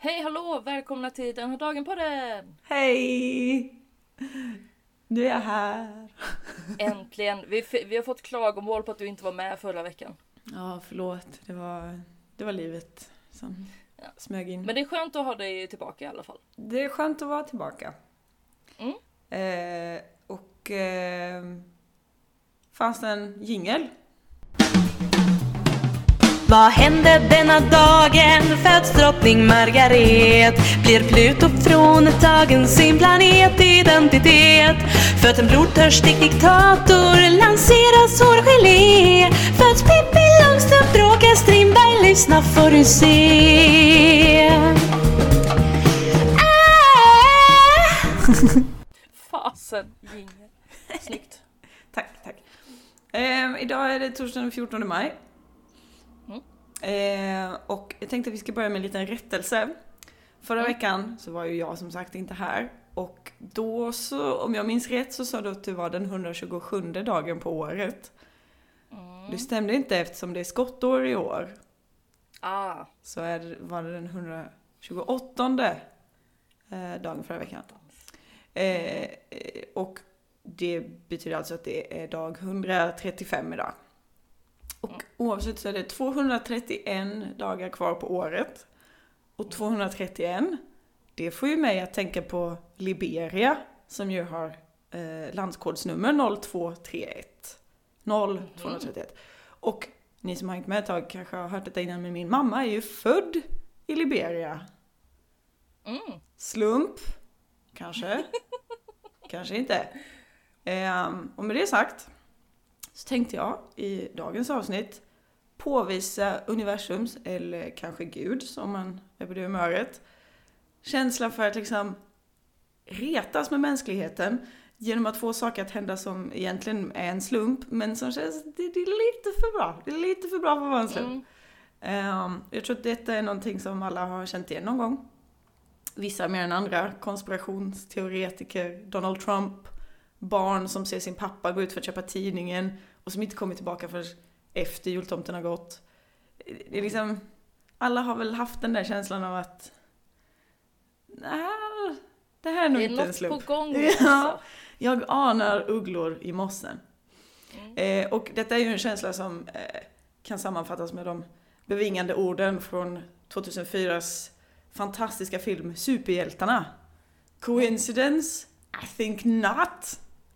Hej, hallå! Välkomna till Den här dagen på den! Hej! Nu är jag här. Äntligen! Vi har fått klagomål på att du inte var med förra veckan. Ja, förlåt. Det var livet som smög in. Men det är skönt att ha dig tillbaka i alla fall. Det är skönt att vara tillbaka. Mm. Fanns det en jingle? Vad hände denna dagen? Föds drottning Margaret. Blir Pluto fråntagen sin planetidentitet. Föds en blodtörstig diktator. Lanseras hårgelé. Föds Pippi Långstrump. Bråkar Strindberg. Lyssna får du se. Fasen, jingel. Snyggt. Tack. Idag är det torsdagen den 14 maj. Och jag tänkte att vi ska börja med en liten rättelse. Förra veckan så var ju jag som sagt inte här. Och då så, om jag minns rätt, så sa du att det var den 127 dagen på året. Det stämde inte eftersom det är skottår i år. Så var det den 128 dagen förra veckan. Och det betyder alltså att det är dag 135 idag. Och oavsett så är det 231 dagar kvar på året. Och 231, det får ju mig att tänka på Liberia, som ju har landskodsnummer 0231. 0231. Och ni som har hängt med ett tag kanske har hört detta innan, men min mamma är ju född i Liberia. Slump? Kanske. Kanske inte. Och med det sagt så tänkte jag i dagens avsnitt påvisa universums, eller kanske Guds om man är på det humöret, känsla för att liksom retas med mänskligheten genom att få saker att hända som egentligen är en slump, men som känns, det är lite för bra. Det är lite för bra för att vara en slump. Jag tror att detta är någonting som alla har känt igen någon gång. Vissa mer än andra. Konspirationsteoretiker, Donald Trump, barn som ser sin pappa gå ut för att köpa tidningen och som inte kommer tillbaka för efter jultomten har gått. Det är liksom, alla har väl haft den där känslan av att det här är nog inte en slump. Det är något på gång. Ja, jag anar ugglor i mossen. Och detta är ju en känsla som kan sammanfattas med de bevingande orden från 2004s fantastiska film Superhjältarna. Coincidence? I think not.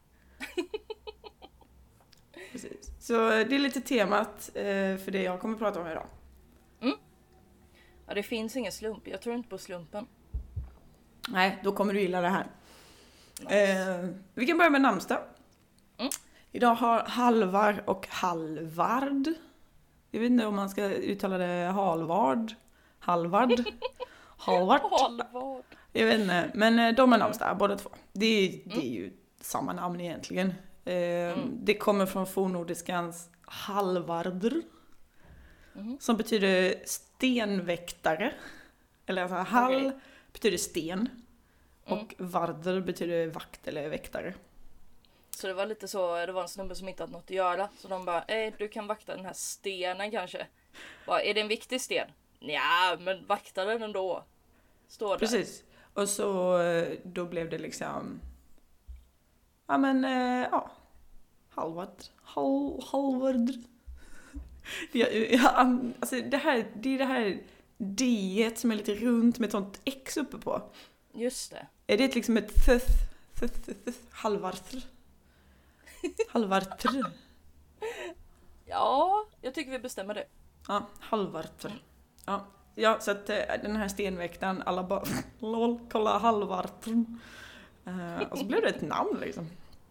Precis. Så det är lite temat för det jag kommer att prata om idag. Ja, det finns ingen slump. Jag tror inte på slumpen. Nej, då kommer du gilla det här. Vi kan börja med namnsdag. Idag har Halvar och Halvard. Jag vet inte om man ska uttala det Halvard. Jag vet inte, men de är namnsdag, båda två. Det är ju samma namn egentligen. Det kommer från fornnordiskans halvardr, som betyder stenväktare. Eller alltså hall betyder sten och vardr betyder vakt eller väktare. Så det var lite så, det var en snubbe som inte hade något att göra. Så de bara, du kan vakta den här stenen kanske. Bara, är det en viktig sten? Ja, men vakta den ändå. Står där. Precis. Och så då blev det liksom halvard. Alltså det är det här D-et som är lite runt med ett sånt X uppe på. Just det. Är det liksom ett halvardr? Ja, jag tycker vi bestämmer det. Ja, halvardr. Ja, så att den här stenväktaren, alla bara lol, kolla halvardr. Och så blev det ett namn liksom.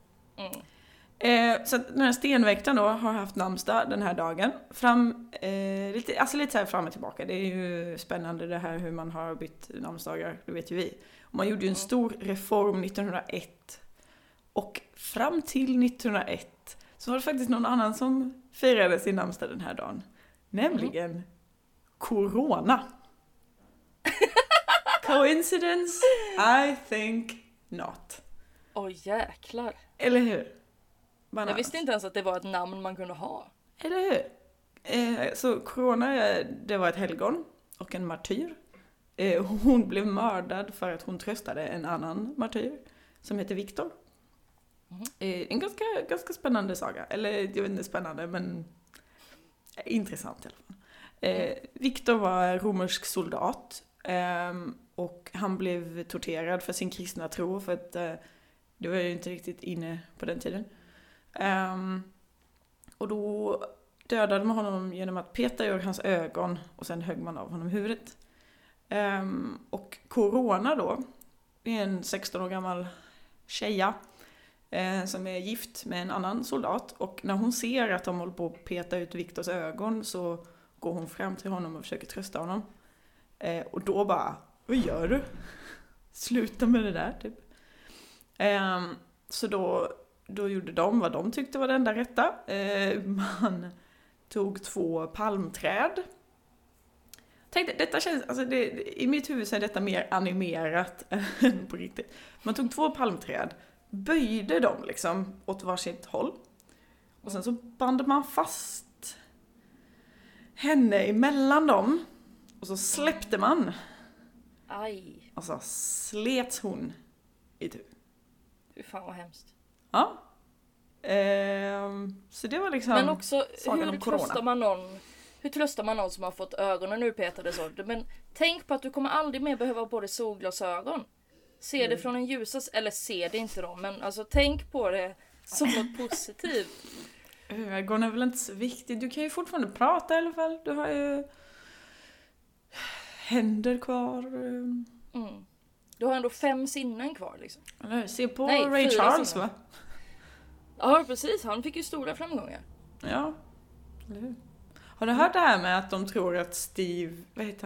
Så att den här stenväktaren då har haft namnsdag den här dagen. Lite så här fram och tillbaka. Det är ju spännande det här hur man har bytt namnsdagar, det vet ju vi. Och man gjorde ju en stor reform 1901. Och fram till 1901 så var det faktiskt någon annan som firade sin namnsdag den här dagen. Nämligen corona. Coincidence? I think not. Jäklar. Eller hur? Bananas. Jag visste inte ens att det var ett namn man kunde ha. Eller hur? Så corona, det var ett helgon och en martyr. Hon blev mördad för att hon tröstade en annan martyr som heter Viktor. En ganska spännande saga. Eller jag vet inte spännande, men intressant i alla fall. Viktor var romersk soldat. Och han blev torterad för sin kristna tro. För att det var ju inte riktigt inne på den tiden. Och då dödade man honom genom att peta ur hans ögon. Och sen högg man av honom huvudet. Och Corona då är en 16 år gammal tjeja som är gift med en annan soldat. Och när hon ser att de håller på att peta ut Viktors ögon så går hon fram till honom och försöker trösta honom. Och då bara, vad gör du? Sluta med det där typ. Så då gjorde de vad de tyckte var det enda rätta. Man tog 2 palmträd. Tänkte, detta känns, alltså i mitt huvud så är detta mer animerat än på riktigt. Man tog 2 palmträd, böjde dem liksom åt varsitt håll. Och sen så band man fast henne emellan dem. Och så släppte man. Aj. Och så slets hon i tur. Fy fan vad hemskt. Ja. Så det var liksom. Men också, sagan om corona. Hur tröstar man någon som har fått ögonen urpetade så? Men tänk på att du kommer aldrig mer behöva både solglasögon. Se det från en ljusas, eller se det inte då, men alltså tänk på det som något positivt. Ögon är väl inte så viktigt. Du kan ju fortfarande prata i alla fall. Du har ju händer kvar. Du har ändå 5 sinnen kvar liksom. Eller, se på Ray Charles sinnen. Va? Ja, precis. Han fick ju stora framgångar. Ja, eller hur? Har du hört det här med att de tror att Stevie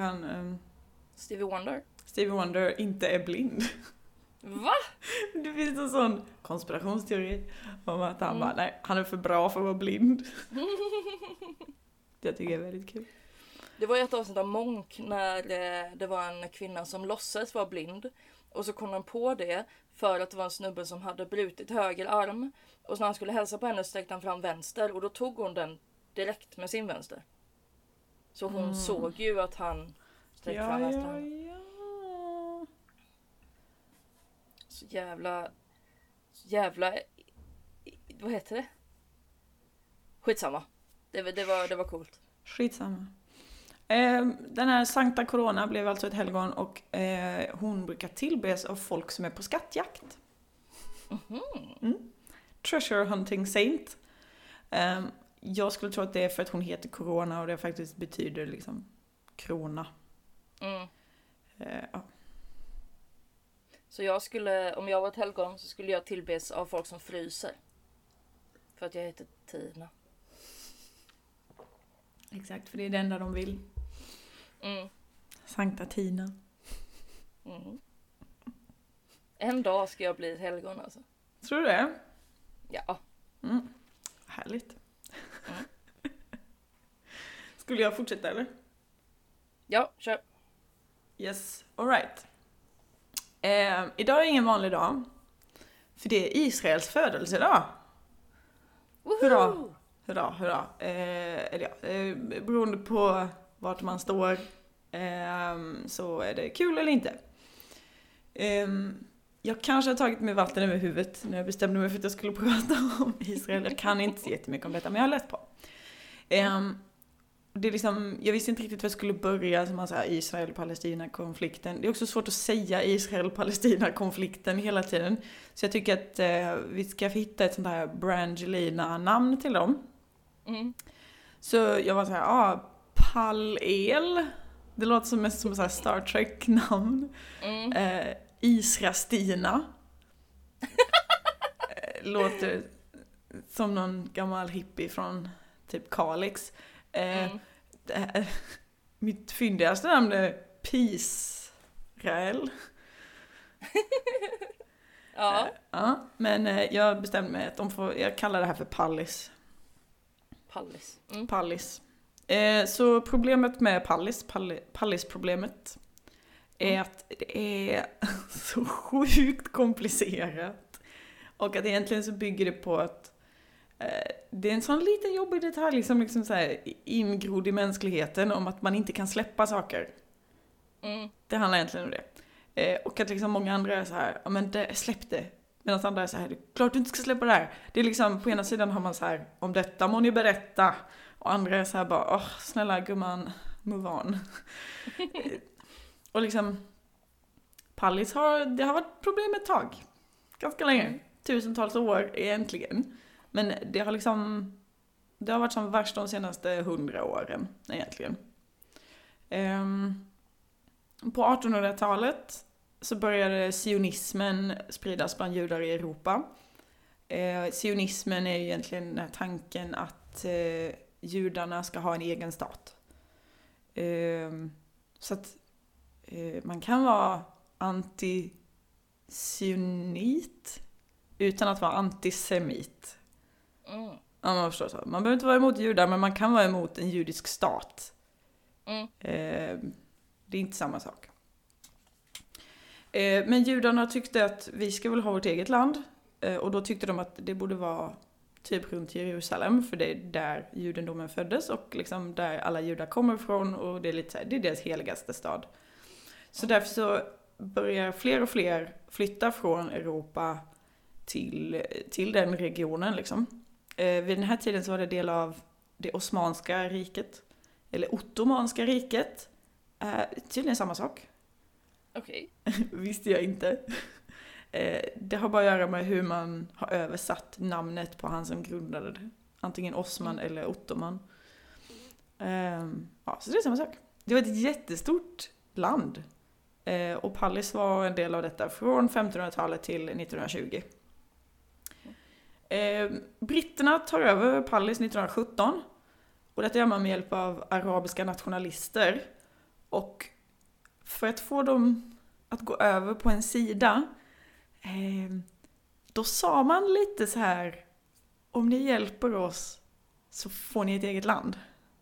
Wonder inte är blind? Va? Det finns en sån konspirationsteori om att han bara, nej, han är för bra för att vara blind. Det tycker jag är väldigt kul. Det var ett avsnitt av Monk när det var en kvinna som låtsades vara blind. Och så kom de på det för att det var en snubbe som hade brutit höger arm. Och när han skulle hälsa på henne sträckte han fram vänster. Och då tog hon den direkt med sin vänster. Så hon såg ju att han sträckte fram vänster. Ja. Så jävla... Vad heter det? Skitsamma. Det var coolt. Skitsamma. Den här Sankta Corona blev alltså ett helgon och hon brukar tillbes av folk som är på skattjakt. Treasure hunting saint. Jag skulle tro att det är för att hon heter Corona och det faktiskt betyder liksom krona. Ja. Så om jag var ett helgon så skulle jag tillbes av folk som fryser. För att jag heter Tina. Exakt, för det är det enda de vill. Sankta Tina. En dag ska jag bli ett helgon alltså. Tror du det? Ja. Härligt. Skulle jag fortsätta eller? Ja, kör. Yes, all right. Idag är ingen vanlig dag. För det är Israels födelsedag. Hurra! Beroende på vart man står så är det kul eller inte. Jag kanske har tagit mig vatten över huvudet när jag bestämde mig för att jag skulle prata om Israel. Jag kan inte så jättemycket om detta, men jag har läst på. Det är liksom, jag visste inte riktigt var jag skulle börja som man säger Israel-Palestina-konflikten. Det är också svårt att säga Israel-Palestina-konflikten hela tiden. Så jag tycker att vi ska hitta ett sånt här Brangelina-namn till dem. Så jag var så här, Pal-El. Det låter mest som ett Star Trek-namn. Israstina. Låter som någon gammal hippie från typ Kalix. Mitt fyndigaste namn är Pisrael. Ja, men jag bestämde mig att jag kallar det här för Pallis. Pallis. Så problemet med Pallis-problemet är att det är så sjukt komplicerat. Och att egentligen så bygger det på att det är en sån liten jobbig detalj som liksom så här ingrodd i mänskligheten om att man inte kan släppa saker. Det handlar egentligen om det. Och att liksom många andra är så här, ja men släpp det. Medan andra är så här, klart du inte ska släppa det här. Det är liksom, på ena sidan har man så här, om detta må ni berätta. Och andra är så här bara, snälla gumman, move on. Och liksom, Pallis det har varit problem ett tag. Ganska länge. Tusentals år egentligen. Men det har varit som värst de senaste 100 åren egentligen. På 1800-talet så började sionismen spridas bland judar i Europa. Sionismen är egentligen den här tanken att judarna ska ha en egen stat. Så att man kan vara antisionit utan att vara antisemit. Ja, man förstår så. Man behöver inte vara emot judar, men man kan vara emot en judisk stat. Det är inte samma sak. Men judarna tyckte att vi ska väl ha vårt eget land. Och då tyckte de att det borde vara typ runt Jerusalem, för det är där judendomen föddes och liksom där alla judar kommer ifrån, och det är lite så här, det är deras heligaste stad. Så därför så börjar fler och fler flytta från Europa till den regionen liksom. Vid den här tiden så var det del av det Osmanska riket, eller Ottomanska riket. Tydligen samma sak. Okej. Visste jag inte. Det har bara att göra med hur man har översatt namnet på han som grundade det. Antingen Osman eller Ottoman. Så det är samma sak. Det var ett jättestort land. Och Pallis var en del av detta från 1500-talet till 1920. Britterna tar över Pallis 1917. Och detta gör man med hjälp av arabiska nationalister. Och för att få dem att gå över på en sida, då sa man lite så här: om ni hjälper oss så får ni ett eget land.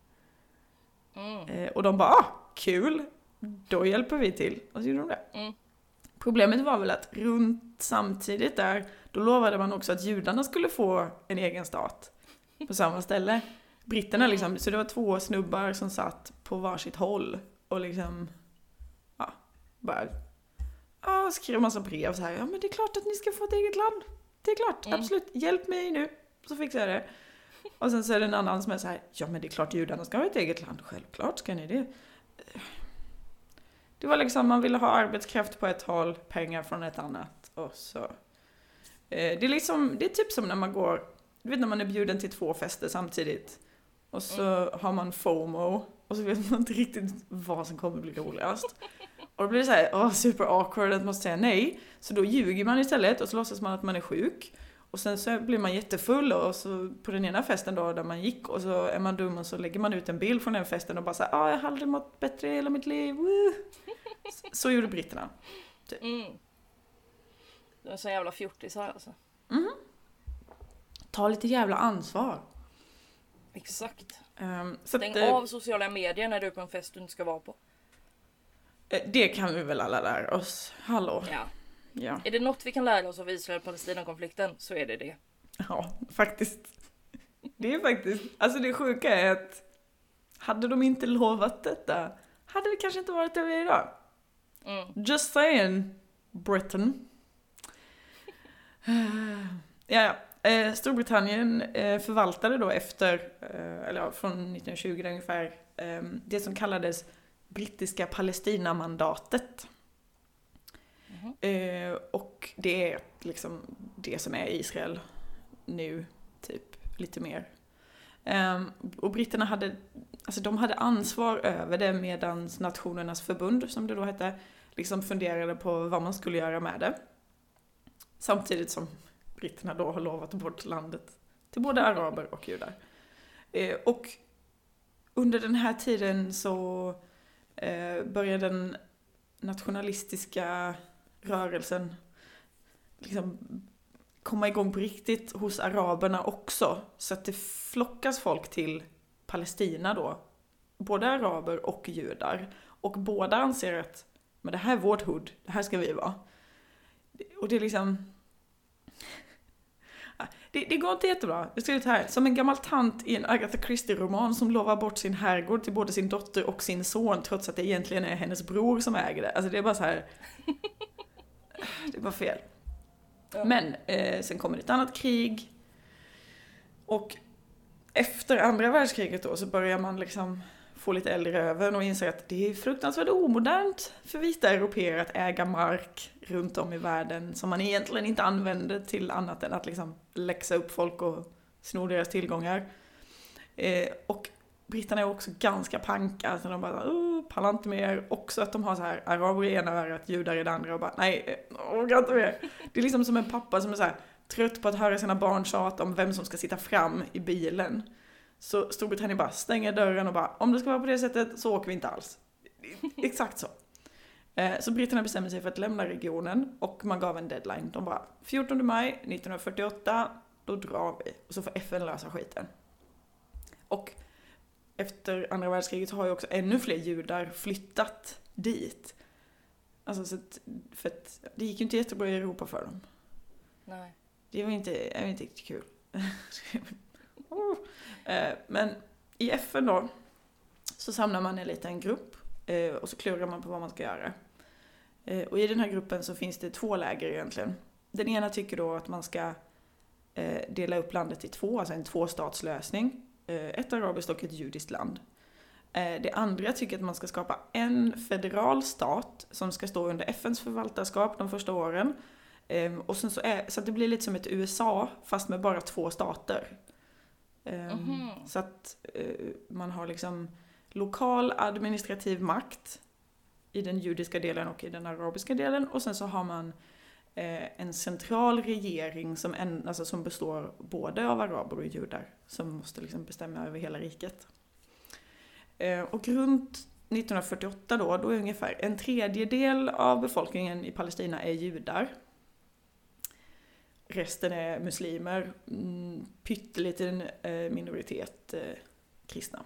Och de bara, kul, då hjälper vi till. Och så gjorde de det. Problemet var väl att runt samtidigt där, då lovade man också att judarna skulle få en egen stat på samma ställe. Britterna liksom, så det var 2 snubbar som satt på varsitt håll och liksom bara skrev massa brev så här: ja men det är klart att ni ska få ett eget land. Det är klart, absolut, hjälp mig nu så fixar jag det. Och sen så är det en annan som är så här: ja men det är klart judarna ska ha ett eget land, självklart ska ni det. Det var liksom, man ville ha arbetskraft på ett håll, pengar från ett annat, och så det är liksom, det är typ som när man går, du vet när man är bjuden till 2 fester samtidigt och så har man FOMO och så vet man inte riktigt vad som kommer bli roligast. Och då blir det så här, super awkward att man måste säga nej. Så då ljuger man istället och så låtsas man att man är sjuk. Och sen så blir man jättefull och så på den ena festen då där man gick, och så är man dum och så lägger man ut en bild från den festen och bara så här, jag har aldrig mått bättre i hela mitt liv. Woo! Så gjorde britterna. Typ. Det är så jävla fjortisar alltså. Ta lite jävla ansvar. Exakt. Stäng av sociala medier när du är på en fest du inte ska vara på. Det kan vi väl alla lära oss. Hallå. Ja. Är det något vi kan lära oss av Israel-Palestina-konflikten så är det det. Ja, faktiskt. Det är faktiskt, alltså det sjuka är att hade de inte lovat detta hade vi kanske inte varit där vi är idag. Just saying, Britain. Storbritannien förvaltade då från 1920 ungefär det som kallades brittiska Palestinamandatet. Och det är liksom det som är Israel nu, typ lite mer. Och britterna hade ansvar över det, medan Nationernas förbund, som det då hette, liksom funderade på vad man skulle göra med det. Samtidigt som britterna då har lovat bort landet till både araber och judar. Och under den här tiden så började den nationalistiska rörelsen liksom komma igång på riktigt hos araberna också. Så att det flockas folk till Palestina då. Både araber och judar. Och båda anser att men det här är vårt hud, det här ska vi vara. Och det är liksom... Det går inte jättebra. Jag skriver här. Som en gammal tant i en Agatha Christie-roman som lovar bort sin herrgård till både sin dotter och sin son trots att det egentligen är hennes bror som äger det. Alltså det är bara så här. Det är bara fel. Ja. Men sen kommer ett annat krig. Och efter andra världskriget då så börjar man liksom få lite eld i röven och inser att det är fruktansvärt omodernt för vita europeer att äga mark runt om i världen som man egentligen inte använder till annat än att liksom läxa upp folk och sno deras tillgångar. Och britterna är också ganska panka, så de bara pallar inte mer. Också att de har så här araber i ena örat, judar i det andra och bara nej, orkar inte mer. Det är liksom som en pappa som är så här trött på att höra sina barn tjata om vem som ska sitta fram i bilen. Så Storbritannien bara stänger dörren och bara om det ska vara på det sättet så åker vi inte alls. Exakt så. Så britterna bestämde sig för att lämna regionen och man gav en deadline. De bara 14 maj 1948, då drar vi. Och så får FN lösa skiten. Och efter andra världskriget har ju också ännu fler judar flyttat dit. Alltså så att, för att det gick ju inte jättebra i Europa för dem. Nej. Det var inte riktigt kul. Men i FN då så samlar man en liten grupp och så klurar man på vad man ska göra. Och i den här gruppen så finns det 2 läger egentligen. Den ena tycker då att man ska dela upp landet i 2, alltså en 2-statslösning. Ett arabiskt och ett judiskt land. Det andra tycker att man ska skapa en federal stat som ska stå under FNs förvaltarskap de första åren. Och sen så att det blir lite som ett USA fast med bara 2 stater. Så att man har liksom lokal administrativ makt i den judiska delen och i den arabiska delen. Och sen så har man en central regering som består både av araber och judar som måste liksom bestämma över hela riket. Och runt 1948 då är ungefär 1/3 av befolkningen i Palestina är judar. Resten är muslimer, pytteliten minoritet kristna.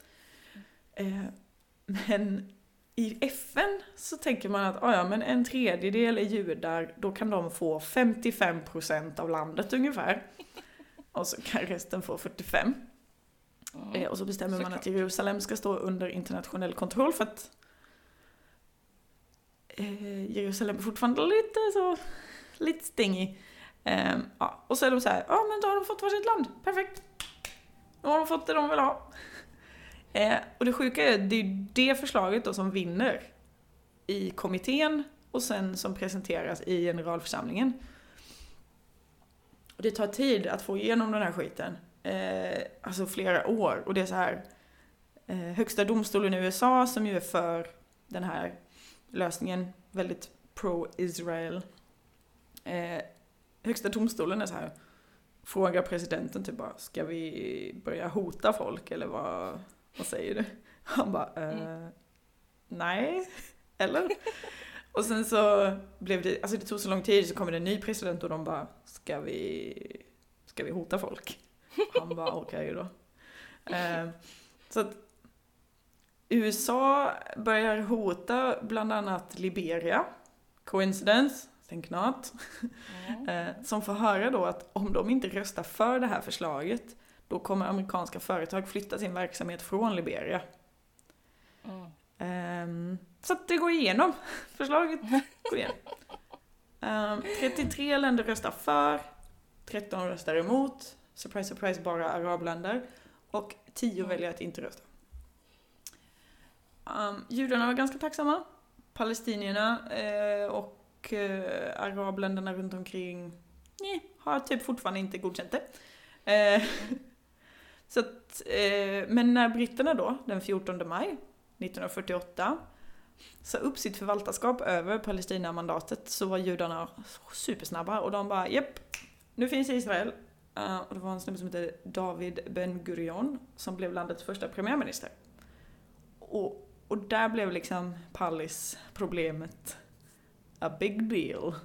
Men i FN så tänker man att men 1/3 är judar, då kan de få 55% av landet ungefär. Och så kan resten få 45%. Och så bestämmer man att Jerusalem ska stå under internationell kontroll för att Jerusalem är fortfarande lite stingig. Och så är de så här, men då har de fått varsitt land, perfekt. Då har de fått det de vill ha. Och det sjuka är, det är det förslaget då som vinner i kommittén och sen som presenteras i generalförsamlingen. Och det tar tid att få igenom den här skiten. Alltså flera år. Och det är så här, högsta domstolen i USA som ju är för den här lösningen, väldigt pro-Israel. Högsta domstolen är så här, frågar presidenten typ bara, ska vi börja hota folk eller vad säger du? Han bara, nej, eller? Och sen så blev det, alltså det tog så lång tid så kom det en ny president och de bara, ska vi hota folk? Han bara, okej då. Så att USA börjar hota bland annat Liberia, coincidence? Think not. Som får höra då att om de inte röstar för det här förslaget då kommer amerikanska företag flytta sin verksamhet från Liberia. Så att det går igenom. Förslaget går igenom. 33 länder röstar för, 13 röstar emot. Surprise, surprise, bara arabländer. Och 10 väljer att inte rösta. Judarna var ganska tacksamma. Palestinierna och arabländerna runt omkring har typ fortfarande inte godkänt det. Så att, men när britterna då, den 14 maj 1948, sa upp sitt förvaltarskap över Palestina-mandatet så var judarna supersnabba och de bara, nu finns Israel. Och det var en snubbe som heter David Ben-Gurion som blev landets första premiärminister. Och där blev liksom Pallis-problemet a big deal.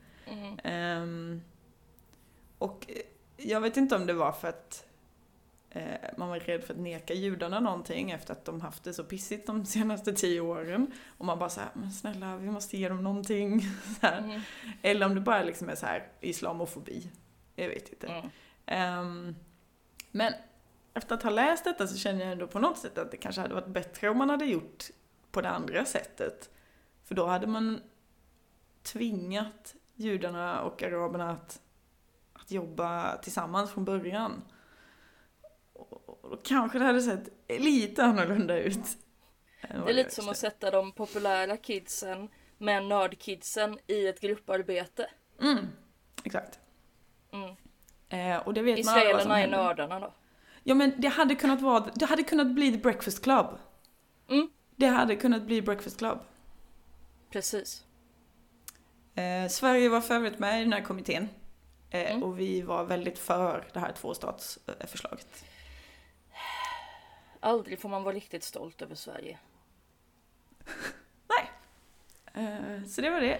Och jag vet inte om det var för att man var rädd för att neka judarna någonting efter att de haft det så pissigt de senaste 10 åren. Och man bara så här, men snälla, vi måste ge dem någonting. Så här. Eller om det bara liksom är så här islamofobi. Jag vet inte. Men efter att ha läst detta så känner jag ändå på något sätt att det kanske hade varit bättre om man hade gjort på det andra sättet. För då hade man tvingat judarna och araberna att jobba tillsammans från början. Och då kanske det hade sett lite annorlunda ut. Det är lite som att sätta de populära kidsen med nördkidsen i ett grupparbete. Exakt. Och det vet israelerna är nördarna då. Ja, men det hade kunnat bli The Breakfast Club. Det hade kunnat bli Breakfast Club. Precis. Sverige var för övrigt med i den här kommittén. Och vi var väldigt för det här tvåstatsförslaget. Aldrig får man vara riktigt stolt över Sverige. Nej. Så det var det.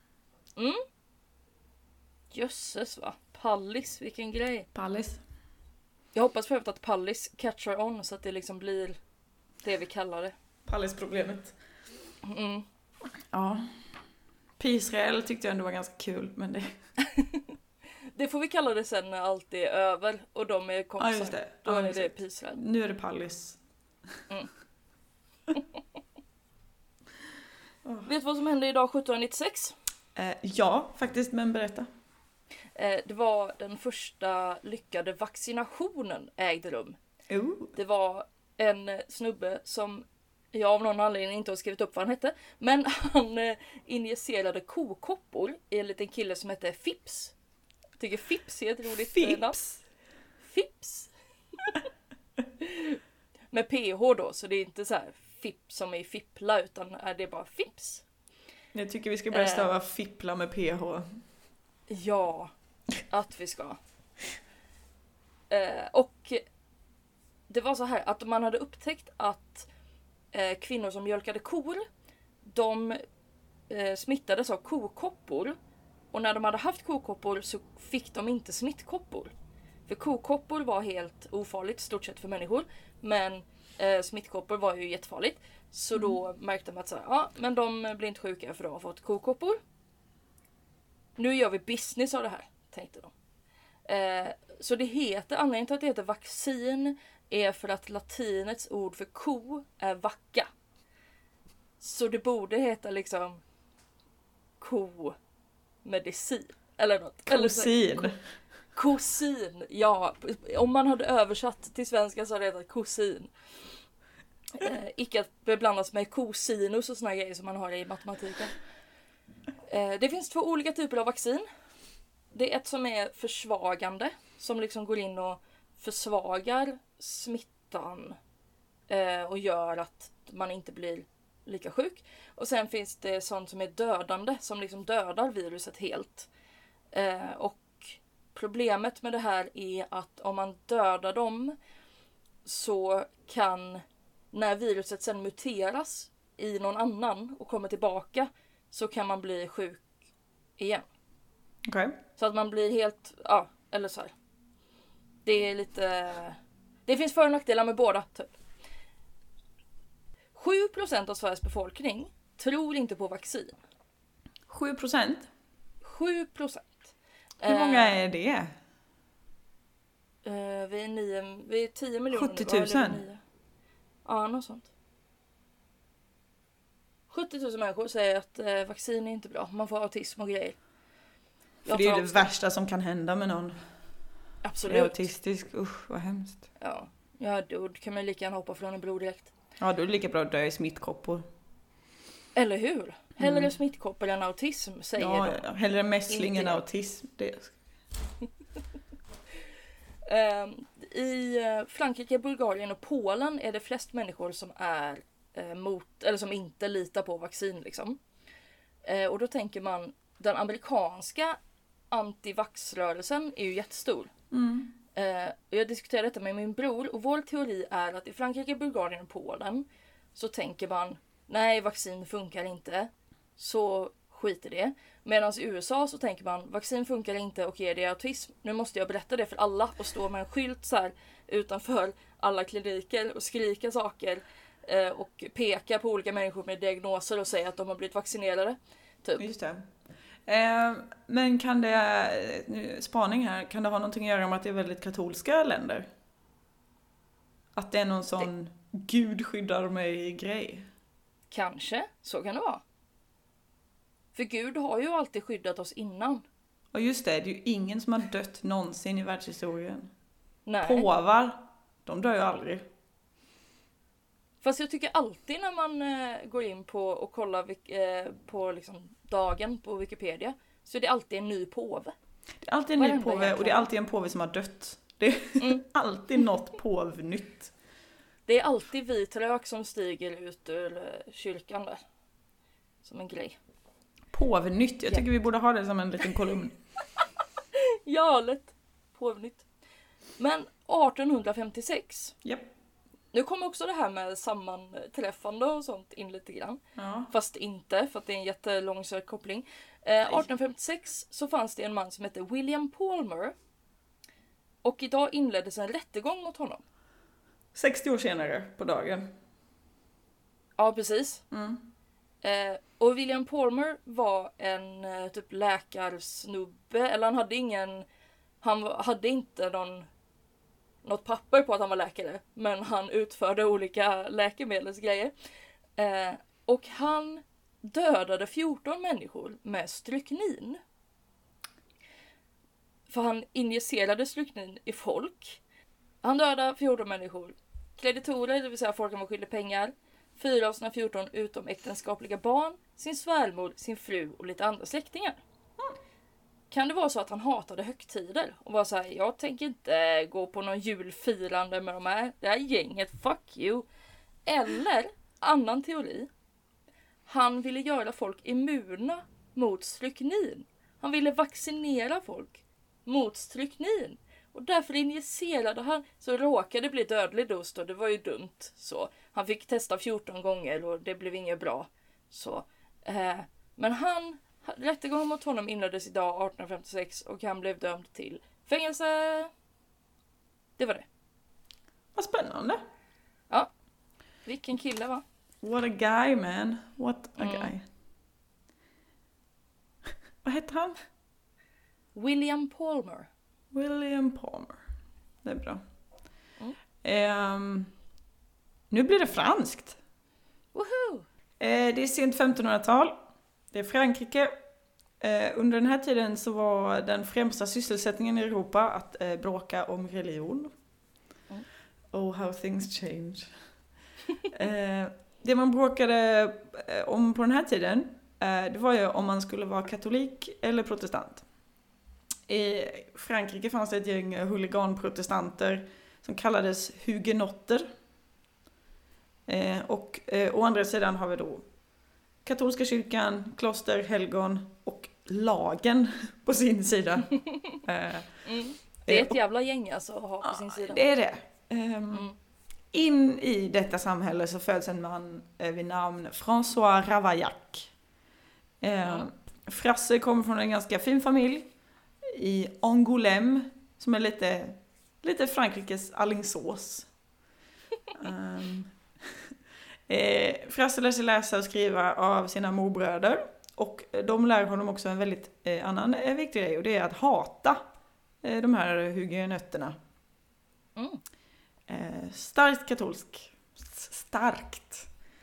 Jösses va. Pallis, vilken grej. Pallis. Jag hoppas för övrigt att Pallis catchar on så att det liksom blir det vi kallar det. Pallis-problemet. Ja. P-Israel tyckte jag ändå var ganska kul, men det... Det får vi kalla det sen när allt är över och de är kompisar. Ja, just det. Då är det P-Israel. Nu är det Pallis. Vet du vad som hände idag 1796? Ja, faktiskt, men berätta. Det var den första lyckade vaccinationen ägde rum. Det var en snubbe som jag av någon anledning inte har skrivit upp vad han hette. Men han injicerade kokoppor i en liten kille som hette Fips. Jag tycker Fips är ett roligt namn. Fips. Med PH då, så det är inte så här Fipp som är fippla utan det är bara Fips. Jag tycker vi ska börja stava fippla med PH. Ja, att vi ska. Och det var så här att man hade upptäckt att kvinnor som mjölkade kor, de smittades av kokoppor. Och när de hade haft kokoppor så fick de inte smittkoppor. För kokoppor var helt ofarligt stort sett för människor. Men smittkoppor var ju jättefarligt. Så då märkte man att så här, ja, men de blir inte sjuka för de har fått kokoppor. Nu gör vi business av det här, tänkte de. Så det heter, anledningen till att det heter vaccin är för att latinets ord för ko är vacka. Så det borde heta liksom komedicin eller något. Kosin. Kosin, ja. Om man hade översatt till svenska så hade det hetat kosin. Icke att beblandas med cosinus och såna grejer som man har i matematiken. Det finns 2 olika typer av vaccin. Det är ett som är försvagande, som liksom går in och försvagar smittan och gör att man inte blir lika sjuk. Och sen finns det sånt som är dödande, som liksom dödar viruset helt. Och problemet med det här är att om man dödar dem så kan, när viruset sen muteras i någon annan och kommer tillbaka, så kan man bli sjuk igen. Okay. Så att man blir helt, ja, eller så här. Det är lite, det finns för- och nackdelar med båda typ. 7% av Sveriges befolkning tror inte på vaccin. 7%? 7%. Hur många är det? Vi är 10 miljoner. 70 000? Ja, något sånt. 70 000 människor säger att vaccin är inte bra. Man får autism och grejer. För det är ju det värsta som kan hända med någon. Absolut. Är autistisk, usch vad hemskt. Ja, då kan man lika gärna hoppa från en bro direkt. Ja, då är det lika bra att dö i smittkoppor. Eller hur? Hellre smittkoppor än autism, säger de. Ja, hellre mässling än autism. Det. I Frankrike, Bulgarien och Polen är det flest människor som är eller som inte litar på vaccin liksom. Och då tänker man, den amerikanska antivaxrörelsen är ju jättestor. Jag diskuterade detta med min bror och vår teori är att i Frankrike, Bulgarien och Polen så tänker man, nej, vaccin funkar inte, så skit i det. Medan i USA så tänker man, vaccin funkar inte och det är autism. Nu måste jag berätta det för alla och stå med en skylt så här utanför alla kliniker och skrika saker och peka på olika människor med diagnoser och säga att de har blivit vaccinerade. Typ. Just det. Men kan det, spaning här, kan det ha någonting att göra med att det är väldigt katolska länder? Att det är någon sån Gud skyddar mig-grej? Kanske, så kan det vara. För Gud har ju alltid skyddat oss innan. Och just det är ju ingen som har dött någonsin i världshistorien. Nej. Påvar, de dör ju aldrig. Fast jag tycker alltid när man går in på och kollar på liksom dagen på Wikipedia, så är det alltid en ny påve. Det är alltid en ny påve och det är alltid en påve som har dött. Det är alltid något påvnytt. Det är alltid vit rök som stiger ut ur kyrkan där. Som en grej. Påvnytt, jag tycker vi borde ha det som en liten kolumn. Ja, lätt. Påvnytt. Men 1856. Japp. Nu kommer också det här med sammanträffande och sånt in lite grann. Ja. Fast inte, för att det är en jättelång koppling. 1856 så fanns det en man som hette William Palmer. Och idag inleddes en rättegång mot honom. 60 år senare på dagen. Ja, precis. Och William Palmer var en typ läkarsnubbe. Eller han hade inte något papper på att han var läkare. Men han utförde olika läkemedelsgrejer. Och han dödade 14 människor med stryknin. För han injicerade stryknin i folk. Han dödade 14 människor. Kreditorer, det vill säga folk som var skyldiga pengar. 4 av sina 14 utomäktenskapliga barn, sin svärmor, sin fru och lite andra släktingar. Kan det vara så att han hatade högtider och var så här: jag tänker inte gå på någon julfirande med det här gänget, fuck you. Eller, annan teori, han ville göra folk immuna mot stryknin. Han ville vaccinera folk mot stryknin. Och därför injicerade han, så råkade bli dödlig dos och det var ju dumt. Så han fick testa 14 gånger och det blev inget bra. Så, men rättegången mot honom inleddes idag 1856 och han blev dömd till fängelse. Det var det. Vad spännande. Ja, vilken kille, va? What a guy, man. What a guy. Vad heter han? William Palmer. William Palmer. Det är bra. Nu blir det franskt. Woohoo! Det är sent 1500-tal. Det är Frankrike. Under den här tiden så var den främsta sysselsättningen i Europa att bråka om religion. Oh, how things change. Det man bråkade om på den här tiden, det var ju om man skulle vara katolik eller protestant. I Frankrike fanns det ett gäng huliganprotestanter som kallades hugenotter. Och å andra sidan har vi då katolska kyrkan, kloster, helgon och lagen på sin sida. Det är ett jävla gäng alltså att ha på sin sida. Det är det. In i detta samhälle så föds en man vid namn François Ravaillac. Frasse kommer från en ganska fin familj i Angoulême, som är lite Frankrikes Alingsås. Frasse lär sig läsa och skriva av sina morbröder, och de lär honom också en väldigt annan viktig grej, och det är att hata de här hugenötterna. Starkt katolsk. Starkt.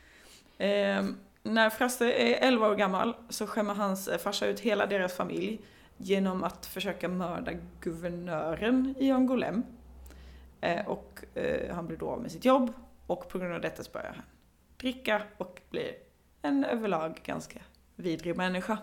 När Frasse är 11 år gammal så skämmer hans farsa ut hela deras familj genom att försöka mörda guvernören i Angoulême. Och han blir då av med sitt jobb, och på grund av detta så börjar han dricka och blir en överlag ganska vidrig människa.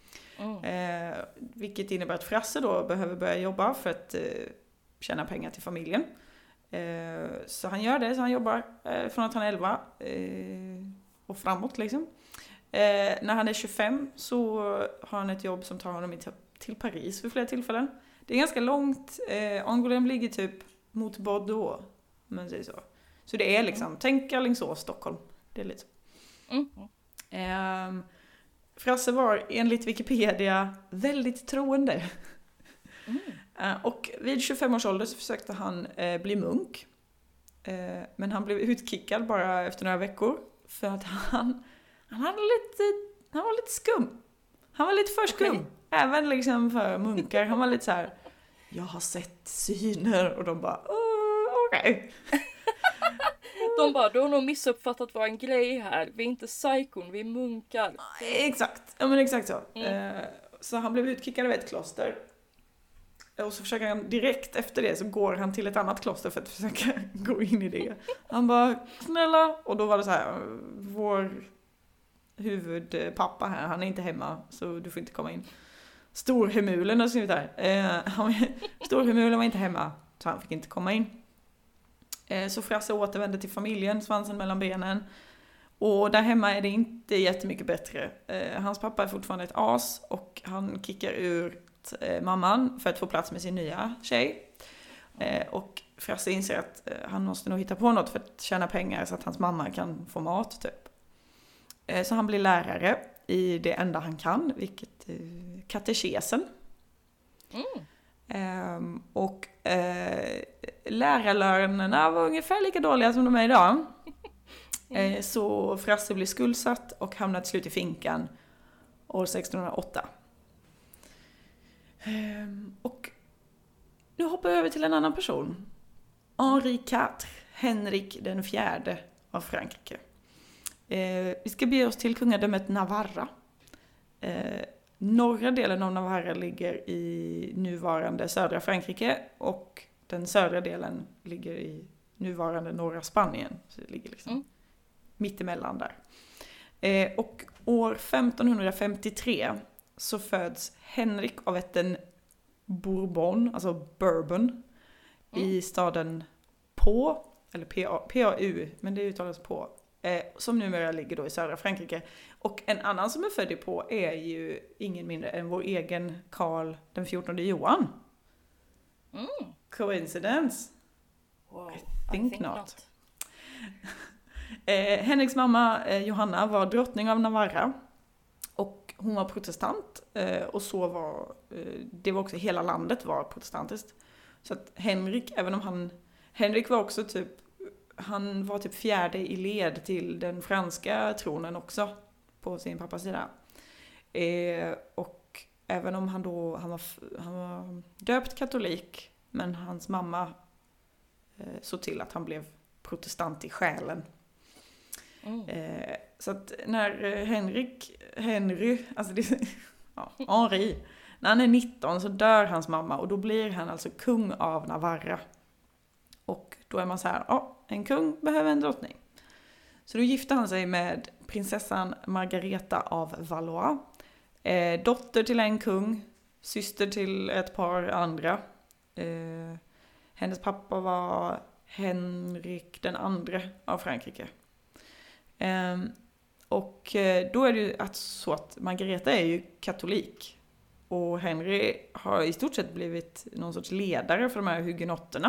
Vilket innebär att Frasse då behöver börja jobba för att tjäna pengar till familjen. Så han gör det, så han jobbar från att han är 11 och framåt liksom. När han är 25 så har han ett jobb som tar honom till Paris för flera tillfällen. Det är ganska långt. Angoulême ligger typ mot Bordeaux, om man säger så. Så det är liksom, tänk Alingsås, Stockholm. Det är lite så. Frasse var enligt Wikipedia väldigt troende. Och vid 25 års ålder så försökte han bli munk. Men han blev utkickad bara efter några veckor. För att han var lite skum. Han var lite för skum. Även liksom för munkar. Han var lite så här: jag har sett syner. Och de bara, okej. De bara, du har nog missuppfattat våran grej här. Vi är inte psykon, vi är munkar. Exakt, ja men exakt så. Så han blev utkickad av ett kloster. Och så försöker han direkt efter det så går han till ett annat kloster för att försöka gå in i det. Han bara, snälla. Och då var det så här, vår huvudpappa här, han är inte hemma så du får inte komma in. Storhemulen har skrivit här. Storhemulen var inte hemma så han fick inte komma in. Så Frasse återvände till familjen, svansen mellan benen. Och där hemma är det inte jättemycket bättre. Hans pappa är fortfarande ett as och han kickar ur mamman för att få plats med sin nya tjej. Och Frasse inser att han måste nog hitta på något för att tjäna pengar så att hans mamma kan få mat typ. Så han blir lärare i det enda han kan, vilket är katekesen. Och lärarlönerna var ungefär lika dåliga som de är idag. Så Frasse blir skuldsatt och hamnar till slut i finkan år 1608. Och nu hoppar jag över till en annan person. Henri IV, Henrik den fjärde av Frankrike. Vi ska bege oss till kungadömet Navarra. Norra delen av Navarra ligger i nuvarande södra Frankrike och den södra delen ligger i nuvarande norra Spanien. Så det ligger liksom mittemellan där. Och år 1553 så föds Henrik av ätten Bourbon, alltså Bourbon, i staden Pau, eller P-A-U, men det uttalas på, som numera ligger då i södra Frankrike. Och en annan som är född i Pau är ju ingen mindre än vår egen Karl den 14 Johan. Coincidence? Wow, I think not. Henriks mamma Johanna var drottning av Navarra och hon var protestant och så var det var också hela landet var protestantiskt. Så att Henrik, även om Henrik var också han var typ fjärde i led till den franska tronen också på sin pappas sida. Och även om han var döpt katolik, men hans mamma såg till att han blev protestant i själen. Så att när Henry, när han är 19 så dör hans mamma och då blir han alltså kung av Navarra. Och då är man så här, en kung behöver en drottning. Så då gifte han sig med prinsessan Margareta av Valois. Dotter till en kung, syster till ett par andra. Hennes pappa var Henrik den andre av Frankrike. Och då är det ju så att Margareta är ju katolik. Och Henry har i stort sett blivit någon sorts ledare för de här hugenotterna.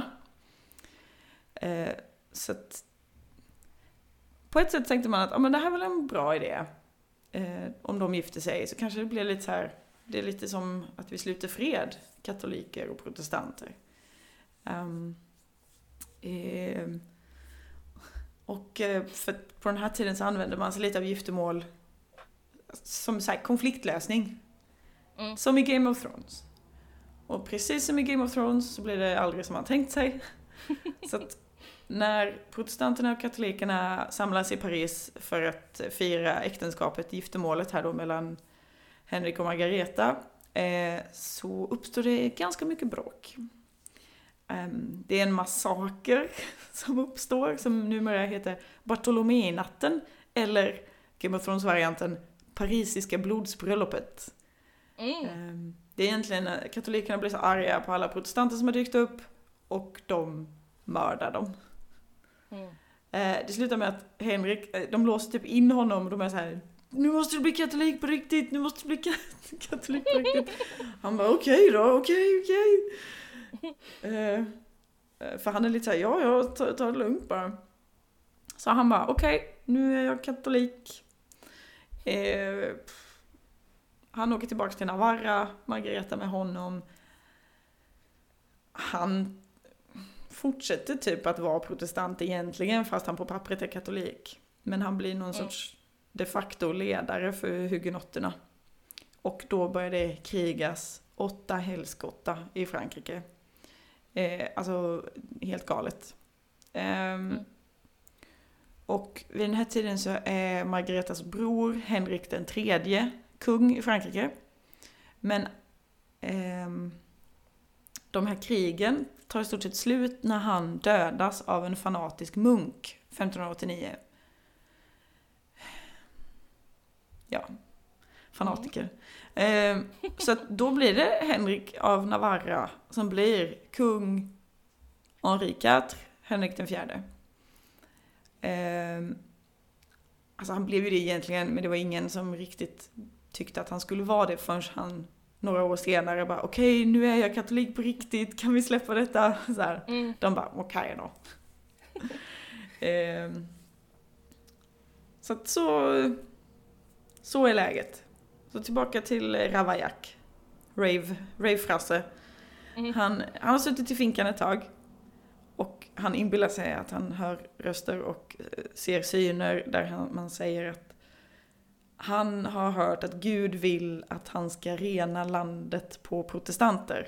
Så att på ett sätt tänkte man att men det här är väl en bra idé. Om de gifter sig så kanske det blir lite så här, det är lite som att vi sluter fred, katoliker och protestanter. Och för på den här tiden så använder man sig lite av giftermål som så här konfliktlösning. Som i Game of Thrones. Och precis som i Game of Thrones så blir det aldrig som man tänkt sig. Så att när protestanterna och katolikerna samlas i Paris för att fira äktenskapet, giftermålet här då mellan Henrik och Margareta, så uppstår det ganska mycket bråk. Det är en massaker som uppstår som numera heter Bartolomé-natten eller Game of Thrones-varianten Parisiska blodsbröllopet. Det är egentligen katolikerna blir så arga på alla protestanter som har dykt upp och de mördar dem. Det slutar med att Henrik, de låser typ in honom och de är så här: nu måste du bli katolik på riktigt, nu måste du bli katolik på riktigt. Han bara okej. För han är lite så här, jag tar det lugnt bara. Så han bara okej, nu är jag katolik. Han åker tillbaka till Navarra, Margareta med honom. Han fortsätter typ att vara protestant egentligen fast han på pappret är katolik. Men han blir någon sorts de facto ledare för hugenotterna. Och då började det krigas 8 helskotta i Frankrike. Alltså helt galet. Och vid den här tiden så är Margaretas bror Henrik den tredje kung i Frankrike. Men de här krigen tar i stort sett slut när han dödas av en fanatisk munk 1589. Ja, fanatiker. Så att då blir det Henrik av Navarra som blir kung Henri IV, Henrik den fjärde. Alltså han blev ju det egentligen, men det var ingen som riktigt tyckte att han skulle vara det förrän han några år senare bara okej, nu är jag katolik på riktigt, kan vi släppa detta? Så här. De bara okej då. Så att så är läget. Så tillbaka till Ravaillac. Rave-Frasse. Han har suttit i finkan ett tag. Och han inbillar sig att han hör röster och ser syner där man säger att han har hört att Gud vill att han ska rena landet på protestanter.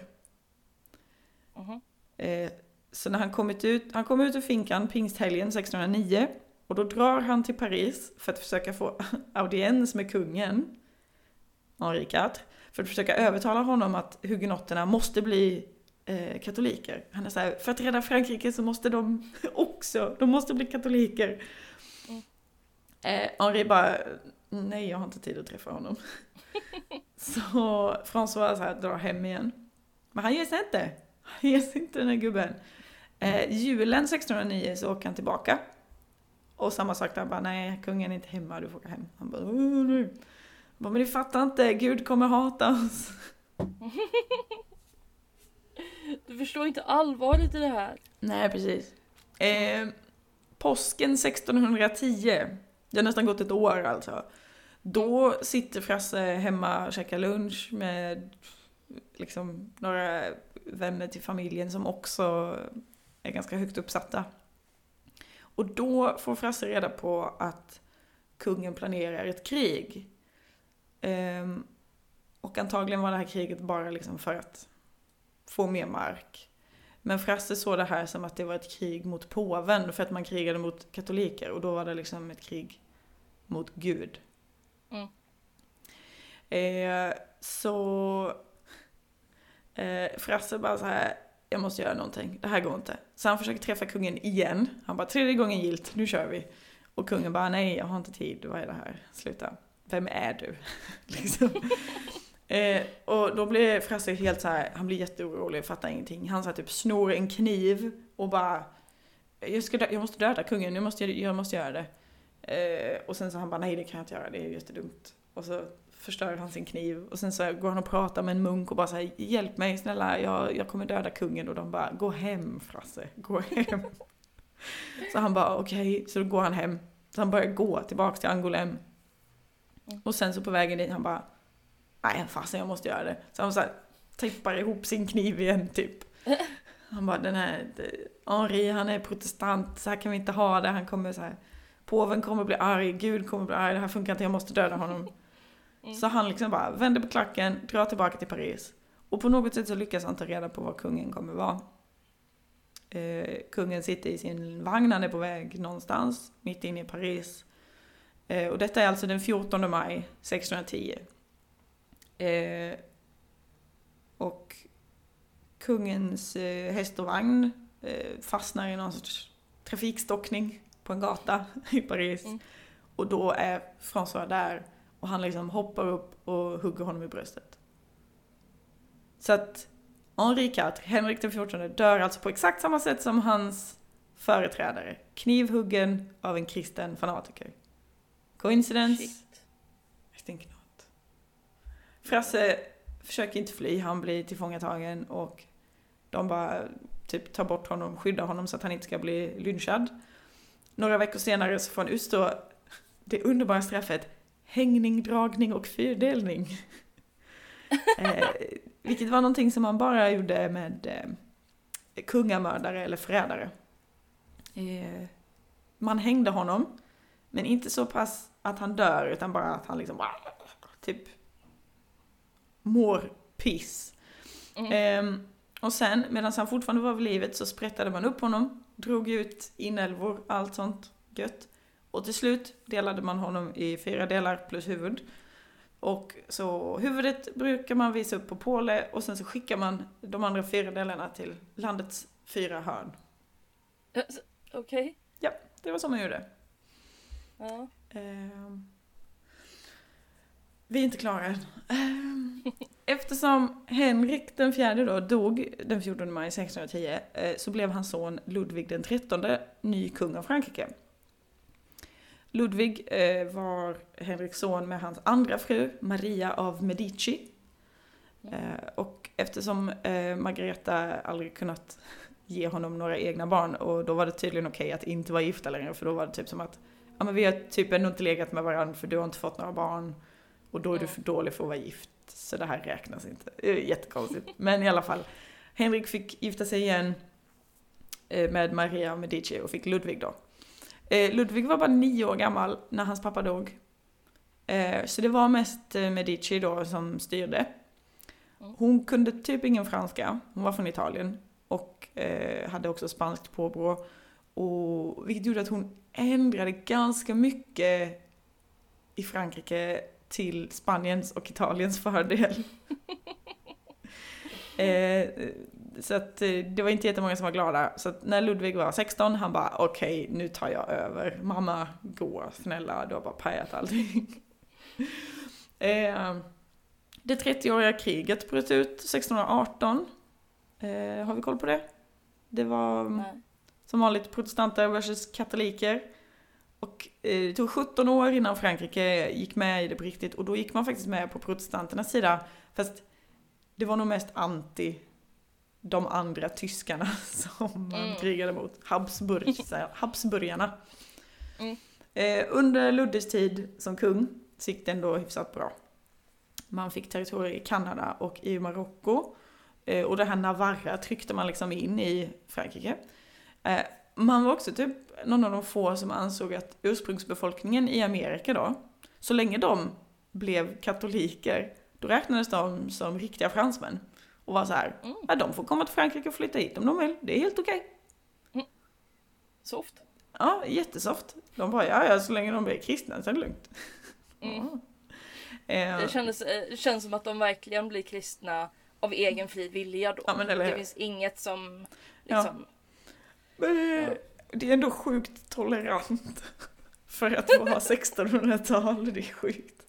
Så när han kom ut ur finkan pingsthelgen 1609 och då drar han till Paris för att försöka få audiens med kungen Henri IV, för att försöka övertala honom att hugenotterna måste bli katoliker. Han är så här, för att rädda Frankrike så måste de måste bli katoliker. Henri bara, nej, jag har inte tid att träffa honom. Så François så här, drar hem igen. Men han ger sig inte den här gubben. Julen 1609 så åker han tillbaka. Och samma sak där, bara, nej, kungen är inte hemma, du får åka hem. Han bara, nej. Men det fattar inte, Gud kommer hata oss. Du förstår inte allvaret i det här. Nej, precis. Påsken 1610, det har nästan gått ett år alltså. Då sitter Frasse hemma och käkar lunch med liksom några vänner till familjen som också är ganska högt uppsatta. Och då får Frasse reda på att kungen planerar ett krig. Och antagligen var det här kriget bara liksom för att få mer mark. Men Frasse såg det här som att det var ett krig mot påven för att man krigade mot katoliker. Och då var det liksom ett krig mot Gud. Frasse bara så här, jag måste göra någonting, det här går inte. Så han försöker träffa kungen igen. Han bara, 3:e gången gilt, nu kör vi. Och kungen bara, nej, jag har inte tid, vad är det här? Sluta. Vem är du? Liksom. Och då blir Frasse helt så här, han blir jätteorolig, fattar ingenting. Han så här, typ snor en kniv och bara, jag måste döda kungen, jag måste göra det. Och sen så han bara, nej, det kan jag inte göra, det är jättedumt. Och så förstör han sin kniv. Och sen så går han och pratar med en munk och bara säger, hjälp mig snälla, jag kommer döda kungen. Och de bara, gå hem Frasse, gå hem. Så han bara, okej. Så då går han hem. Så han börjar gå tillbaka till Angoulême. Och sen så på vägen dit han bara, nej fasen, jag måste göra det. Så han så här, tippar ihop sin kniv igen typ. Han bara, Henri, han är protestant, så här kan vi inte ha det. Han kommer så här, påven kommer bli arg, Gud kommer bli arg, det här funkar inte, jag måste döda honom. Så han liksom bara vänder på klacken, drar tillbaka till Paris. Och på något sätt så lyckas han ta reda på vad kungen kommer vara. Kungen sitter i sin vagn, han är på väg någonstans mitt inne i Paris. Och detta är alltså den 14 maj 1610. Och kungens häst och vagn fastnar i någon sorts trafikstockning på en gata i Paris. Och då är François där och han liksom hoppar upp och hugger honom i bröstet. Så att Henri IV, Henrik den 14, dör alltså på exakt samma sätt som hans företrädare. Knivhuggen av en kristen fanatiker. Coincidence? Shit. I think not. Frasse försöker inte fly, han blir tillfångatagen och de bara typ tar bort honom, skyddar honom så att han inte ska bli lynchad. Några veckor senare så får han utstå det underbara straffet hängning, dragning och fyrdelning. Vilket var någonting som man bara gjorde med kungamördare eller förrädare. Man hängde honom, men inte så pass att han dör, utan bara att han liksom typ mår piss. Och sen, medan han fortfarande var vid livet, så sprättade man upp honom, drog ut inälvor, allt sånt gött. Och till slut delade man honom i 4 delar plus huvud. Och så huvudet brukar man visa upp på påle, och sen så skickar man de andra 4 delarna till landets 4 hörn. Okej. Ja, det var så man gjorde. Ja. Vi är inte klara än. Eftersom Henrik den fjärde då dog den 14 maj 1610, så blev hans son Ludvig den 13 ny kung av Frankrike. Ludvig var Henriks son med hans andra fru, Maria av Medici. Och eftersom Margareta aldrig kunnat ge honom några egna barn, och då var det tydligen okej att inte vara gifta längre, för då var det typ som att ja, men vi har typ ändå inte legat med varandra för du har inte fått några barn, och då är du för dålig för att vara gift, så det här räknas inte. Det är jättekonstigt. Men i alla fall, Henrik fick gifta sig igen med Maria av Medici och fick Ludvig då. Ludvig var bara 9 år gammal när hans pappa dog. Så det var mest Medici då som styrde. Hon kunde typ ingen franska. Hon var från Italien. Och hade också spanskt påbrå. Och vilket gjorde att hon ändrade ganska mycket i Frankrike till Spaniens och Italiens fördel. Så att det var inte jättemånga som var glada. Så att när Ludvig var 16, han bara okej, nu tar jag över. Mamma, gå, snälla, du har bara pajat allting. Det 30-åriga kriget bröt ut 1618. Har vi koll på det? Det var som vanligt protestanter versus katoliker. Och det tog 17 år innan Frankrike gick med i det på riktigt. Och då gick man faktiskt med på protestanternas sida. Fast det var nog mest anti de andra tyskarna som man krigade mot. Habsburgarna. Under Luddes tid som kung så gick det ändå hyfsat bra. Man fick territorier i Kanada och i Marocko. Och det här Navarra tryckte man liksom in i Frankrike. Man var också typ någon av de få som ansåg att ursprungsbefolkningen i Amerika då, så länge de blev katoliker, då räknades de som riktiga fransmän. Och var så här, ja, de får komma till Frankrike och flytta hit om de vill. Det är helt okej. Soft. Ja, jättesoft. De bara, ja, så länge de blir kristna så är det lugnt. Det känns som att de verkligen blir kristna av egen fri vilja då. Ja, men eller... Det finns inget som liksom... Men det är ändå sjukt tolerant för att vara 1600-tal. Det är sjukt.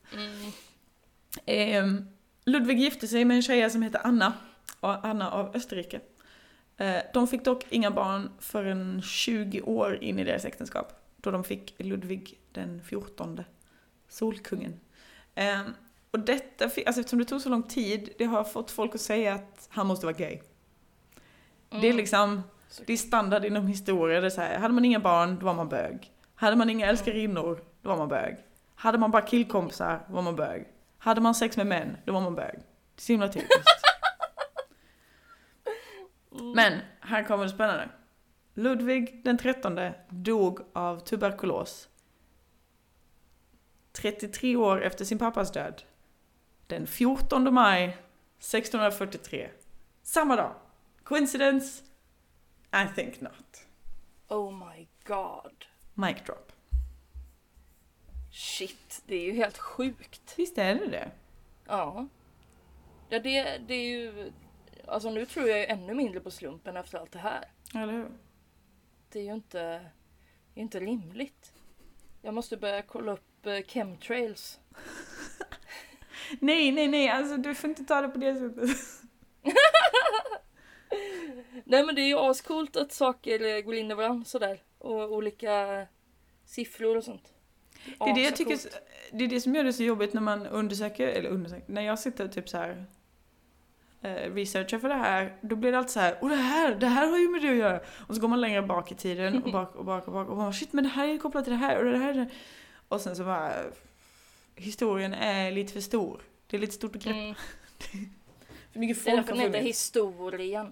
Ludvig gifte sig med en tjej som heter Anna av Österrike. De fick dock inga barn förrän 20 år in i deras äktenskap, då de fick Ludvig den 14, solkungen. Och detta, alltså eftersom det tog så lång tid, det har fått folk att säga att han måste vara gay. Det är liksom, det är standard inom historia. Det är så här, hade man inga barn, då var man bög. Hade man inga älskarinnor, då var man bög. Hade man bara killkompisar, då var man bög. Hade man sex med män, då var man bög. Det är så himla typiskt. Men här kommer det spännande. Ludvig den 13 dog av tuberkulos 33 år efter sin pappas död. Den 14 maj 1643. Samma dag. Coincidence? I think not. Oh my god. Mic drop. Shit, det är ju helt sjukt. Visst är det? Ja. Ja, det är ju... Alltså nu tror jag ju ännu mindre på slumpen efter allt det här. Eller hur? Det är ju inte rimligt. Jag måste börja kolla upp chemtrails. Nej, alltså du får inte ta det på det sättet. Nej, men det är ju ascoolt att saker går in i varandra sådär. Och olika siffror och sånt. Det är det jag tycker, det är det som gör det så jobbigt när man undersöker, när jag sitter typ så här researchar för det här, då blir det alltid så här, och det här har ju med det att göra. Och så går man längre bak i tiden och bak och man, shit, men det här är ju kopplat till det här och det här. Och sen så bara, historien är lite för stor. Det är lite stort och grepp. För mycket folk. Det är inte historien.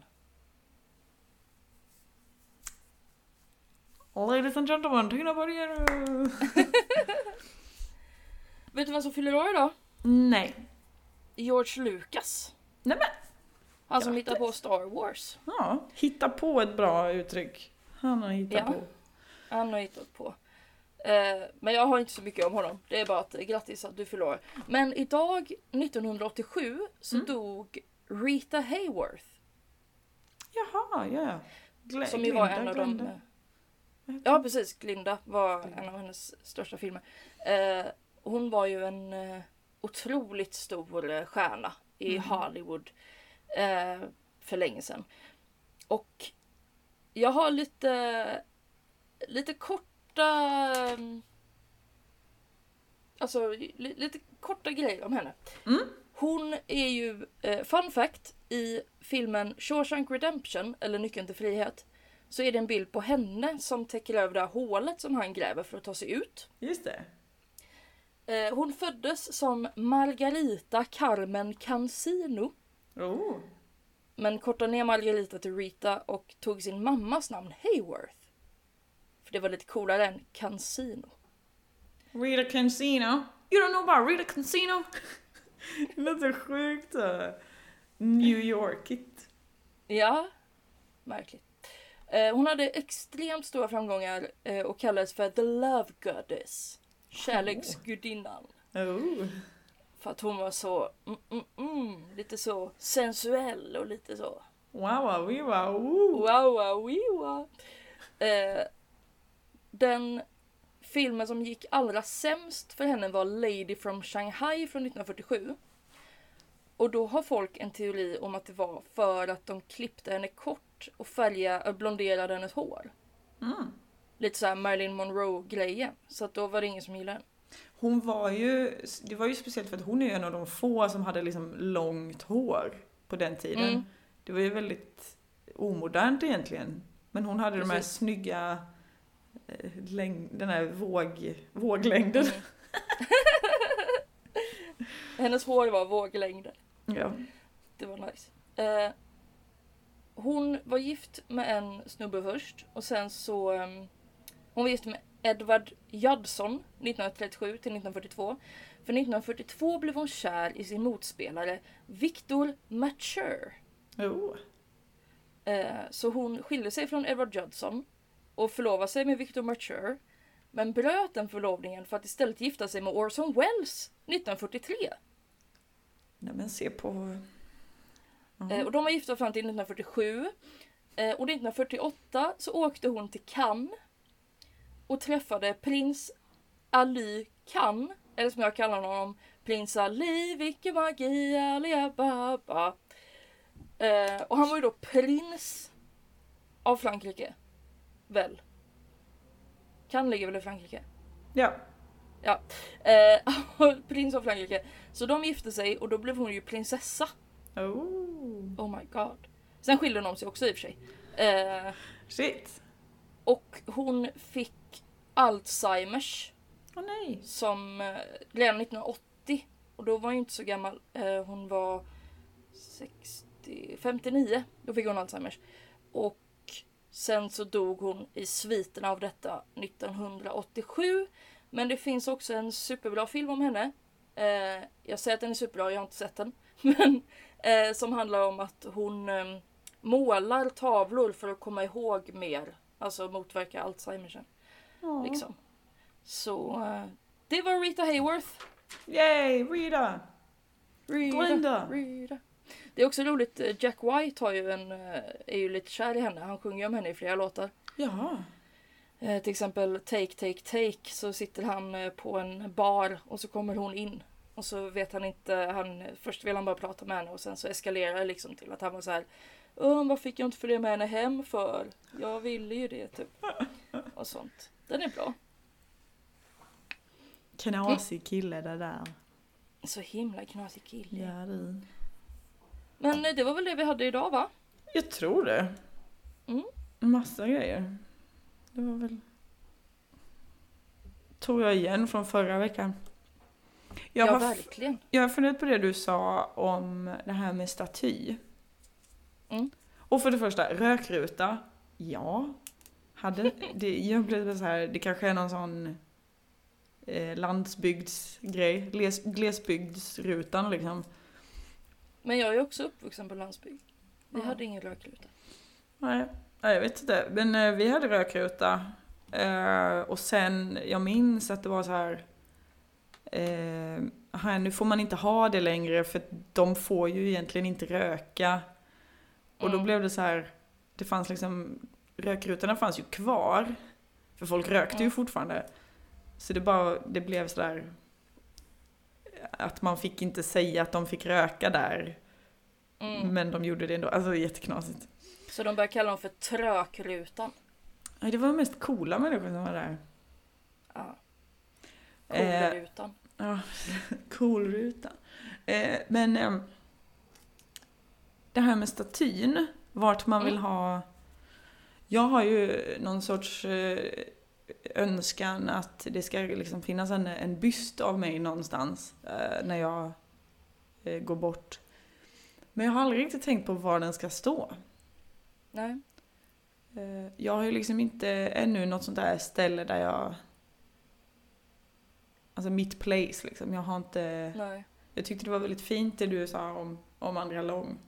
Ladies and gentlemen, tyngda börjar. Vet du vad som fyller år idag? Nej. George Lucas. Nej men! Han som hittar på Star Wars. Ja, hitta på ett bra uttryck. Han har hittat på. Han har hittat på. Men jag har inte så mycket om honom. Det är bara att grattis att du förlorar. Men idag, 1987, så dog Rita Hayworth. Jaha, ja. Som ju var en av dem. Ja, precis. Glinda var en av hennes största filmer. Hon var ju en otroligt stor stjärna i Hollywood för länge sedan. Och jag har lite korta lite korta grejer om henne. Hon är ju fun fact, i filmen Shawshank Redemption eller Nyckeln till frihet, så är det en bild på henne som täcker över det här hålet som han gräver för att ta sig ut. Just det. Hon föddes som Margarita Carmen Cancino. Oh. Men kortade ner Margarita till Rita och tog sin mammas namn Hayworth. För det var lite coolare än Cancino. Rita Cancino. You don't know about Rita Cancino? Det låter sjukt. New Yorkigt. Ja, märkligt. Hon hade extremt stora framgångar och kallades för The Love Goddess. Kärleksgudinnan. Oh. För att hon var så lite så sensuell och lite så Wow, wow. Den filmen som gick allra sämst för henne var Lady from Shanghai från 1947. Och då har folk en teori om att det var för att de klippte henne kort och blonderade hennes hår. Lite så här Marilyn Monroe-grejen. Så att då var det ingen som gillade henne. Det var ju speciellt för att hon är en av de få som hade liksom långt hår på den tiden. Det var ju väldigt omodernt egentligen. Men hon hade de här snygga den här våglängden. Hennes hår var våglängder. Ja. Det var nice. Hon var gift med en snubbe först. Och sen så... hon var gift med Edward Judson 1937 till 1942. För 1942 blev hon kär i sin motspelare Victor Mature. Oh. Så hon skilde sig från Edward Judson och förlovade sig med Victor Mature. Men bröt den förlovningen för att istället gifta sig med Orson Welles 1943. Nej men se på... Och de var gifta fram till 1947. Och 1948 så åkte hon till Cannes och träffade prins Ali Khan, eller som jag kallar honom, prins Ali, vilken magi, Ali Baba. Och han var ju då prins av Frankrike. Väl? Cannes ligger väl i Frankrike? Ja. Ja. Prins av Frankrike. Så de gifte sig och då blev hon ju prinsessa. Oh my god. Sen skilde de sig också i och för sig. Shit. Och hon fick Alzheimers. Nej. Som redan 1980. Och då var hon ju inte så gammal. Hon var 59. Då fick hon Alzheimers. Och sen så dog hon i sviten av detta 1987. Men det finns också en superbra film om henne. Jag säger att den är superbra, jag har inte sett den. Men som handlar om att hon målar tavlor för att komma ihåg mer. Alltså motverka Alzheimersen. Liksom. Så det var Rita Hayworth. Yay, Rita. Rita. Det är också roligt, Jack White är ju lite kär i henne. Han sjunger om henne i flera låtar. Ja. Till exempel Take, så sitter han på en bar och så kommer hon in. Och så vet han inte, först vill han bara prata med henne och sen så eskalerar det liksom till att han var så här: vad fick jag inte följa med henne hem för? Jag ville ju det typ. Och sånt. Den är bra. Knasig kille det där. Så himla knasig kille. Ja, det. Men det var väl det vi hade idag, va? Jag tror det. Massa grejer. Det var väl... Tog jag igen från förra veckan. Verkligen. Jag har funderat på det du sa om det här med staty. Och för det första, rökruta. Ja. Jag blev så här, det kanske är någon sån landsbygdsgrej. Glesbygdsrutan liksom. Men jag är också uppvuxen på landsbygd. Vi hade ingen rökruta. Nej, jag vet inte. Men vi hade rökruta. Och sen, jag minns att det var så här... nu får man inte ha det längre för de får ju egentligen inte röka. Och då blev det så här... Det fanns liksom... Rökrutorna fanns ju kvar. För folk rökte ju fortfarande. Så det blev så där... Att man fick inte säga att de fick röka där. Men de gjorde det ändå. Alltså jätteknasigt. Så de började kalla dem för trökrutan. Nej, det var mest coola människor som var där. Ja. Coolrutan. Ja, coolrutan. Men det här med statyn, vart man vill ha... Jag har ju någon sorts önskan att det ska liksom finnas en byst av mig någonstans när jag går bort. Men jag har aldrig riktigt tänkt på var den ska stå. Nej. Jag har ju liksom inte ännu något sånt där ställe där jag... Alltså mitt place liksom. Jag har inte... Nej. Jag tyckte det var väldigt fint det du sa om Andra Lång.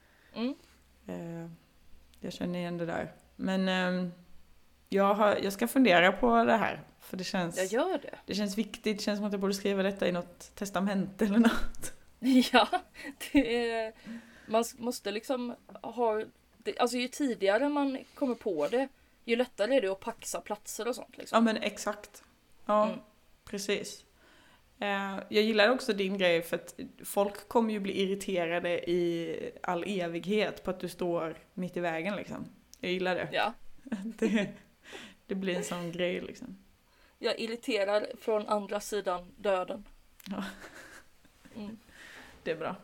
Jag känner igen det där. Men jag ska fundera på det här. För det känns... Jag gör det. Det känns viktigt. Det känns som att jag borde skriva detta i något testament eller något. Ja, det är... Man måste liksom ha... Alltså ju tidigare man kommer på det, ju lättare är det att paxa platser och sånt. Liksom. Ja men exakt. Ja, precis. Jag gillar också din grej för att folk kommer ju bli irriterade i all evighet på att du står mitt i vägen liksom. Jag gillar det. Ja. Det blir en sån grej liksom. Jag irriterar från andra sidan döden. Ja. Det är bra.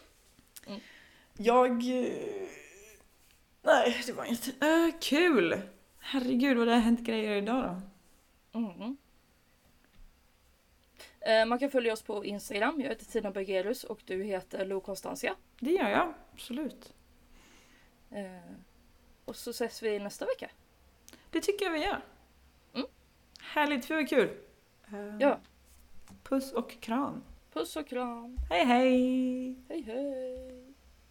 Nej, det var inte... kul! Herregud, vad det har hänt grejer idag då. Man kan följa oss på Instagram. Jag heter Tina Bergerus och du heter Lo Constantia. Det gör jag, absolut. Och så ses vi nästa vecka. Det tycker jag vi gör. Härligt, för vad kul. Ja. Puss och kram. Puss och kram. Hej hej. Hej hej.